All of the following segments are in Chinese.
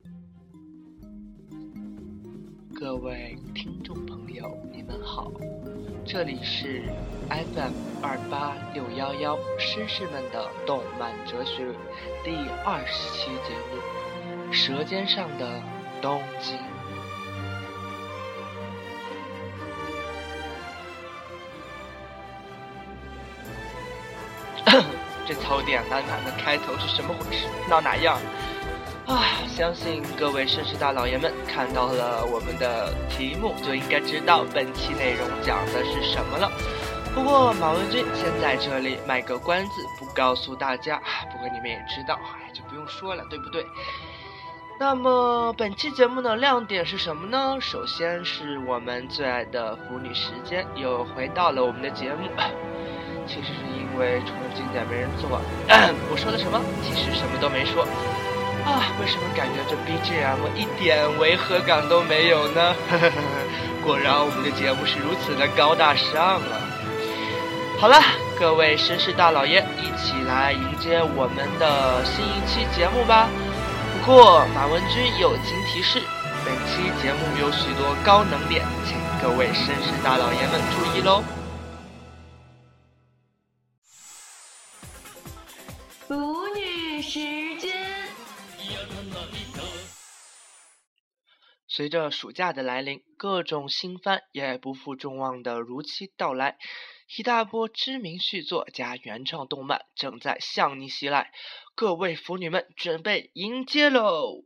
各位听众朋友，你们好，这里是 FM 28611绅士们的动漫哲学第20期节目《舌尖上的东京》。这槽点难难的开头是什么回事？闹哪样？相信各位绅士大老爷们看到了我们的题目，就应该知道本期内容讲的是什么了。不过马文君先在这里卖个关子，不告诉大家。不过你们也知道，就不用说了，对不对？那么本期节目的亮点是什么呢？首先是我们最爱的腐女时间又回到了我们的节目。其实是因为除了经典没人做。我说的什么？其实什么都没说。为什么感觉这 BGM 一点违和感都没有呢？果然我们的节目是如此的高大上了。好了，各位绅士大老爷，一起来迎接我们的新一期节目吧。不过马文君友情提示，本期节目有许多高能点，请各位绅士大老爷们注意喽。 腐女时间。 随着暑假的来临，各种新番也不负众望的如期到来，一大波知名续作加原创动漫正在向你袭来，各位腐女们准备迎接喽！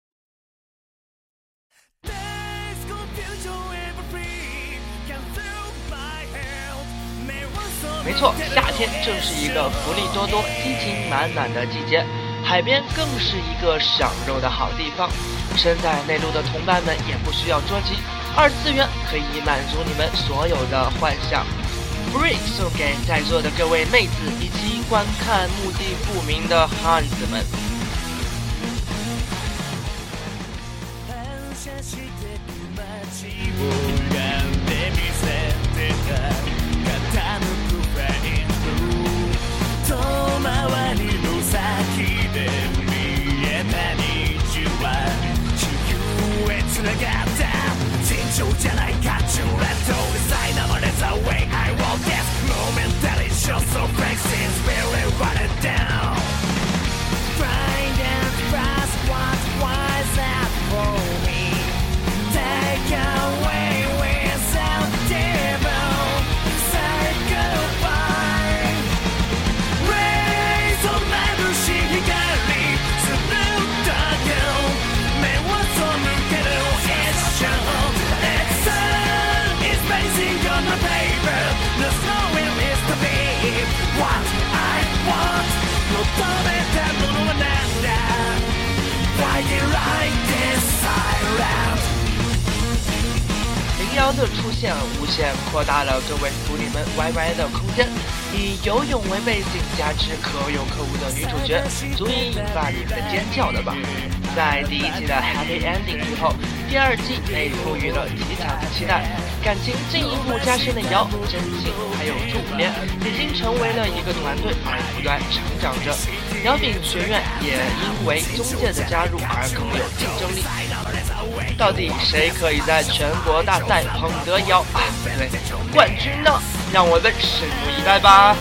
没错，夏天正是一个福利多多、激情满满的季节，海边更是一个赏肉的好地方。身在内陆的同伴们也不需要着急，二次元可以满足你们所有的幻想。Free 送给在座的各位妹子以及观看目的不明的汉子们。011的出现无限扩大了各位腐女们 YY 的空间，以游泳为背景加之可有可无的女主角，足以引发你们的尖叫的吧。在第一季的 Happy Ending 之后，第二季被赋予了极强的期待，感情进一步加深的瑶、真心还有柱莲已经成为了一个团队而不断成长着。瑶饼学院也因为中介的加入而更有竞争力。到底谁可以在全国大赛捧得瑶对冠军呢？让我们拭目以待吧。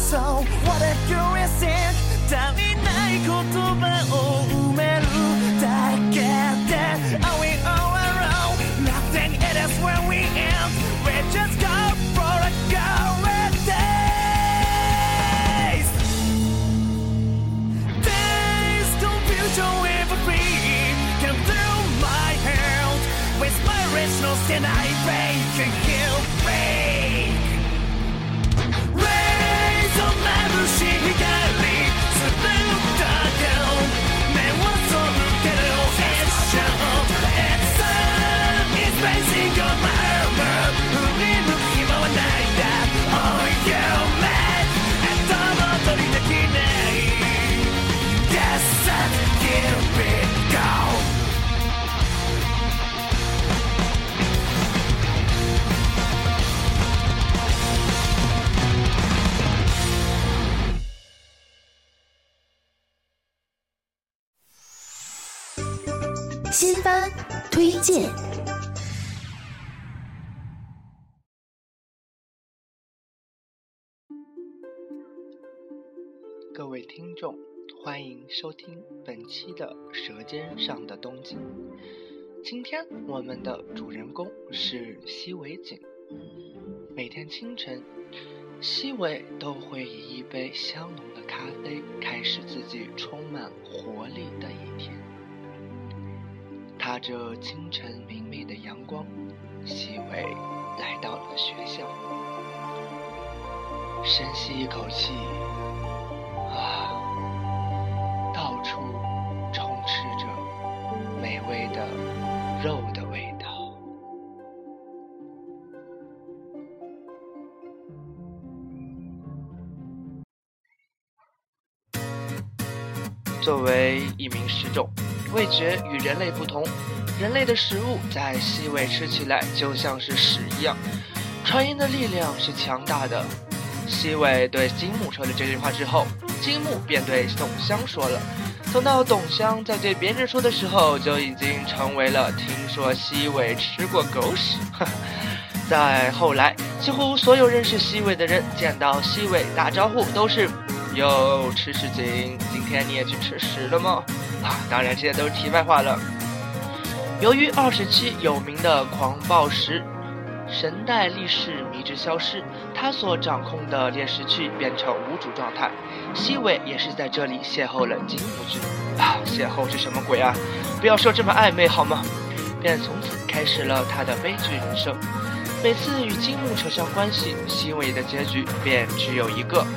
So what a curious thing 足りない言葉を埋めるだけで Are we all alone? Nothing it is when we end We just go for a good days Days confusion with a beat Come through my head With my original sin I break and heal break Rays of 眩しい光すべったdown 目を背ける It's show It's sun It's racing on my armor 振り向く暇はないんだ Oh you mad 頭取りできない Yes and here we go 新番推荐。 各位听众，欢迎收听本期的《舌尖上的东京》。今天我们的主人公是西尾景。每天清晨，西尾都会以一杯香浓的咖啡开始自己充满活力的一天。踏着清晨明媚的阳光，西尾来到了学校。深吸一口气，到处充斥着美味的肉的味道。作为一名食种，味觉与人类不同，人类的食物在西尾吃起来就像是屎一样，传音的力量是强大的。西尾对金木说了这句话之后，金木便对董香说了，等到董香在对别人说的时候，就已经成为了听说西尾吃过狗屎。再后来，几乎所有认识西尾的人见到西尾打招呼都是哟，吃屎精，今天你也去吃屎了吗？当然这些都是题外话了。由于27有名的狂暴石神代力士迷之消失，他所掌控的猎食区变成无主状态。西尾也是在这里邂逅了金木君。邂逅是什么鬼啊？不要说这么暧昧好吗？便从此开始了他的悲剧人生。每次与金木扯上关系，西尾的结局便只有一个，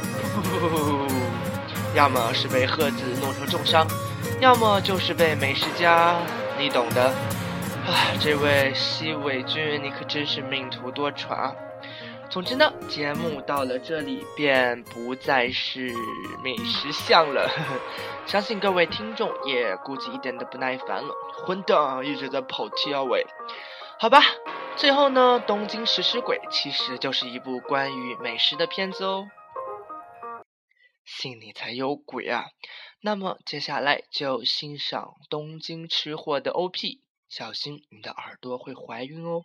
要么是被鹤子弄成重伤，要么就是被美食家，你懂的。这位西尾君，你可真是命途多舛啊！总之呢，节目到了这里便不再是美食项了，相信各位听众也估计一点都不耐烦了。混蛋，一直在跑跳位。好吧，最后呢，《东京食尸鬼》其实就是一部关于美食的片子哦。信你才有鬼啊！那么接下来就欣赏东京吃货的 OP， 小心你的耳朵会怀孕哦。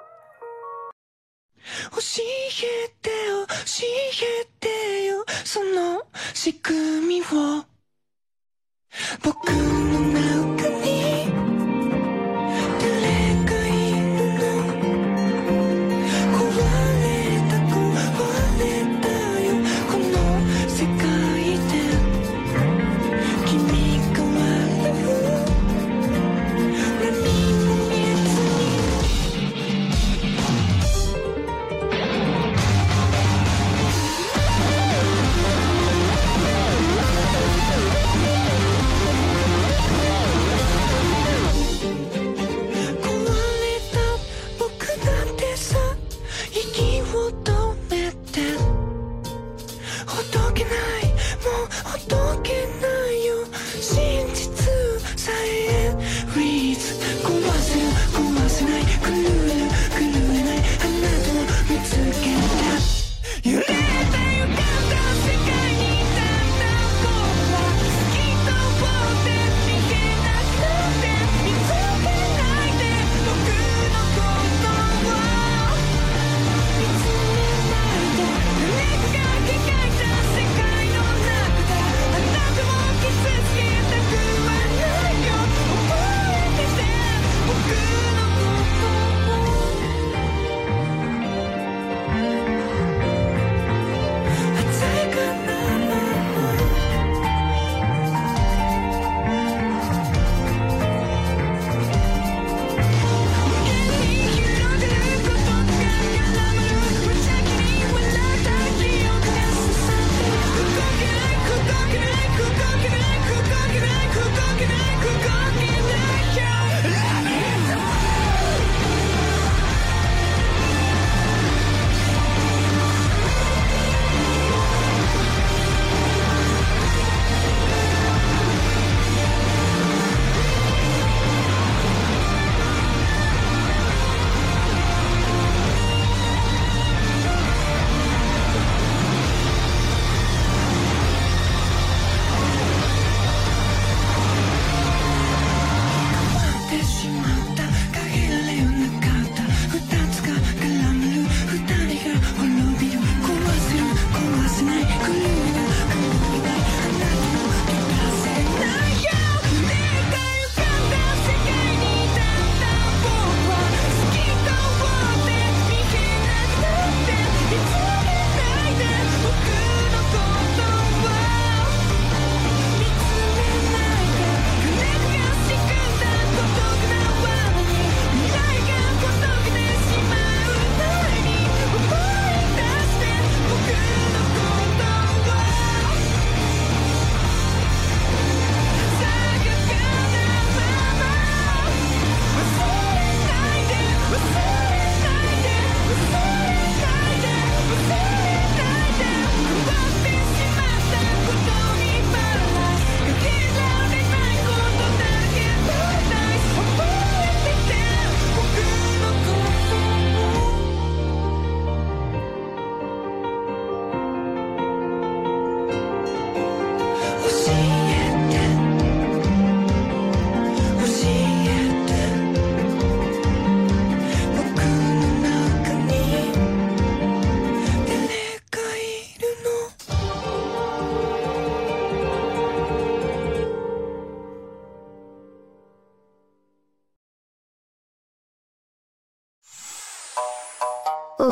教えてよ教えてよその仕組みを僕の中に誰がいるの壊れたよこの世界で君が笑う何も見えずに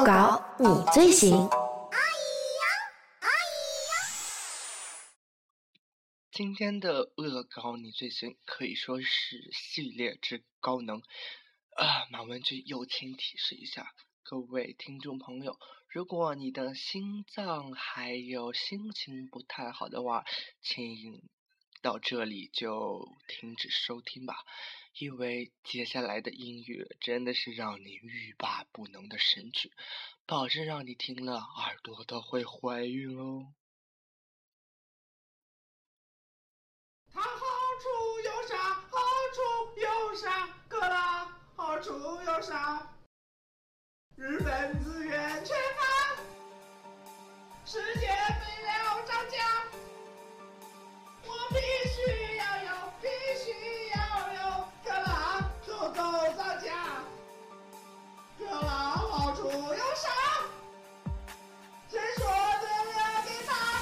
搞你最行。 今天的恶搞你最行可以说是系列之高能马文君友情提示一下各位听众朋友，如果你的心脏还有心情不太好的话，请到这里就停止收听吧，因为接下来的音乐真的是让你欲罢不能的神曲，保证让你听了耳朵都会怀孕哦。 它好处有啥？好处有啥？哥啦，好处有啥？日本资源缺乏，世界肥料涨价，我必须要有，必须要有。哥啦，土豆涨价，哥啦，好处有啥？谁说的要给他？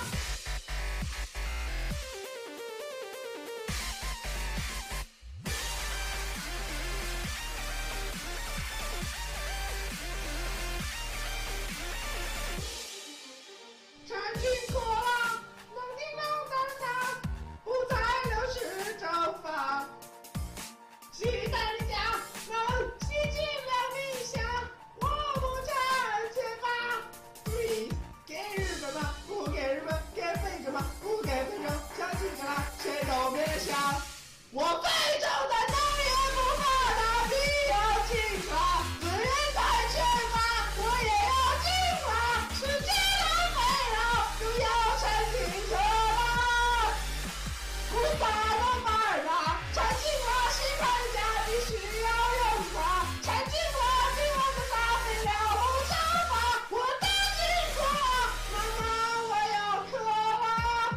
产品过了，能听能当它，不再流失蒸发。期待你家能洗净两米下，我不产缺乏。Please 给日本吗？不给日本，给非洲吗？不给非洲，想进去了，谁都别想。我非洲的农业不发达，必要进化，资源太缺乏，我也要进化。世界的肥料都要产进车了，不撒了板儿了，产进化是看家必须要用它，产进化比我们撒肥料不少吧，我大进化，妈妈我要渴了。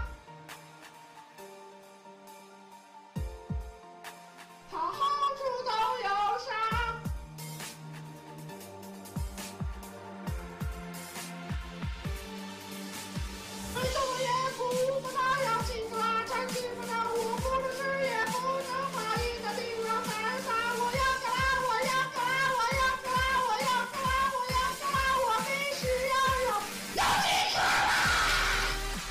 它好处都有啥？非洲也不大要进化，产进不了我不的事也不能发一个地方干啥？我要干啦，我要干啦，我要干啦，我要干啦，我要干啦，我必须要有，要进化啦！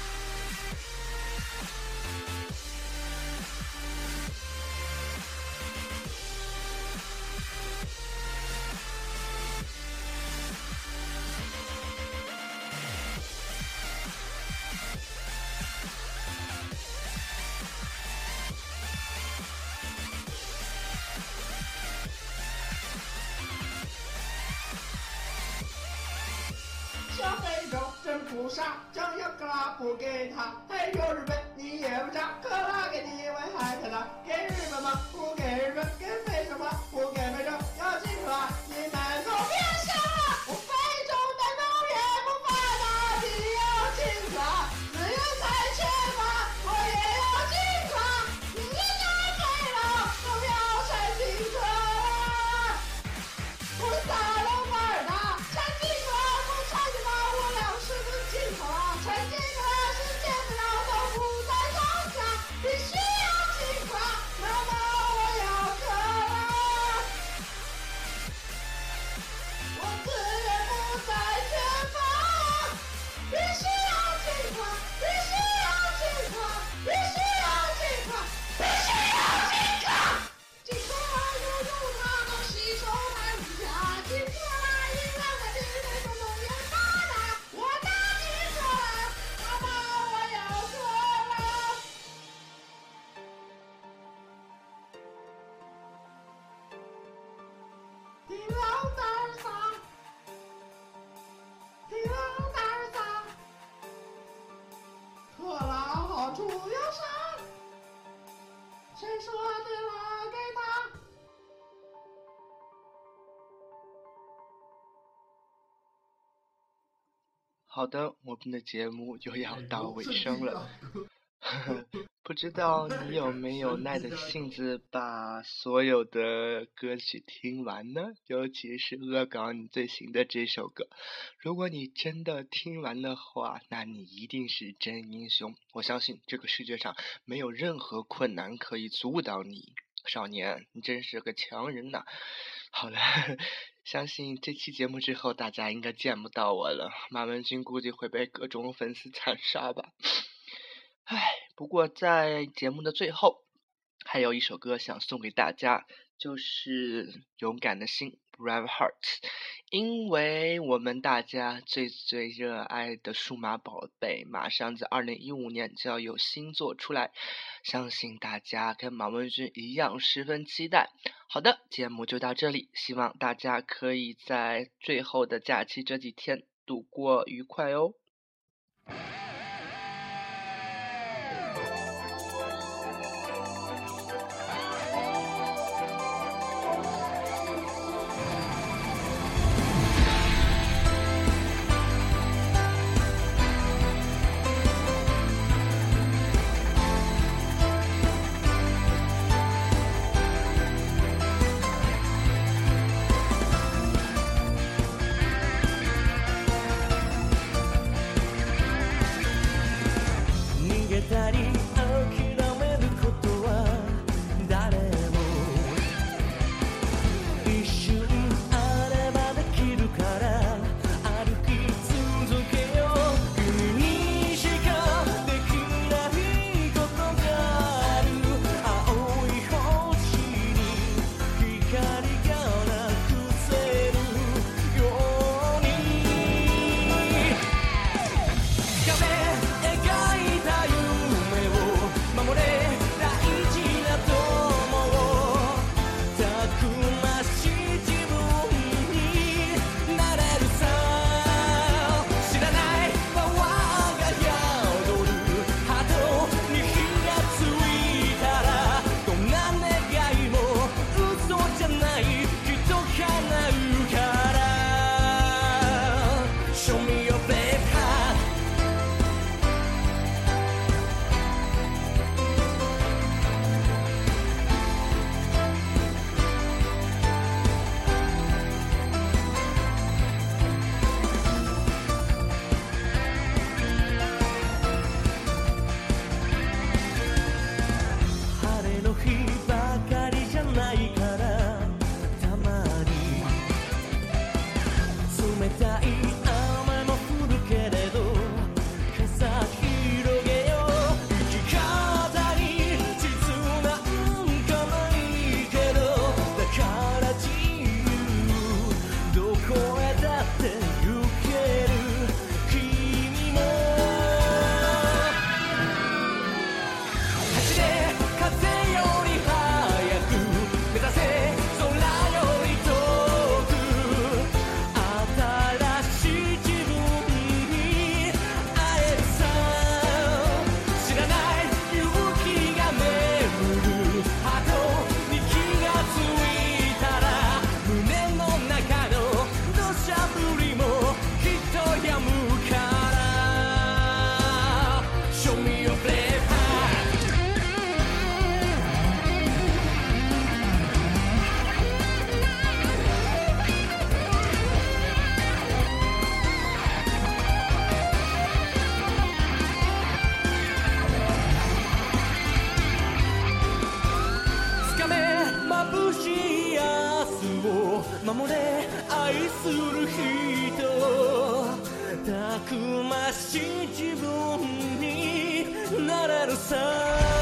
小非洲真不傻，这样克拉不给他，还有日本你也不傻，克拉给你危害太大，给日本吗？不给日本，给非洲吗？不给非洲，要进克拉，你们都别想了，我非洲的农业不发达，必要进克拉，资源太缺乏，我也要进克拉，你们的肥料都要产进克拉。不撒了板儿的，产进克拉不产进吧，我粮食都进克拉，产进克拉世界肥料都不再涨价，必须要进克拉，妈妈我要渴了，我资源不再缺乏，必须要进克拉，必须要进克拉，必须要进克拉，必须要进克拉。进克拉有用它能吸收碳无价，进克拉应让它比非洲农业发达，我大进克拉，妈妈我要渴了。听老大儿撒，听老大儿撒，克拉好处有啥？谁说的了给他？ 好的，我们的节目又要到尾声了。不知道你有没有耐着性子把所有的歌曲听完呢？尤其是恶搞你最行的这首歌，如果你真的听完的话，那你一定是真英雄。我相信这个世界上没有任何困难可以阻挡你，少年，你真是个强人呐！好了， 相信这期节目之后，大家应该见不到我了。马文君估计会被各种粉丝残杀吧。不过在节目的最后，还有一首歌想送给大家，就是《勇敢的心》（Brave Heart）。因为我们大家最热爱的数码宝贝马上在2015年就要有新作出来，相信大家跟马文君一样十分期待。好的，节目就到这里，希望大家可以在最后的假期这几天度过愉快哦。 守れ愛する人たくましい自分になれるさ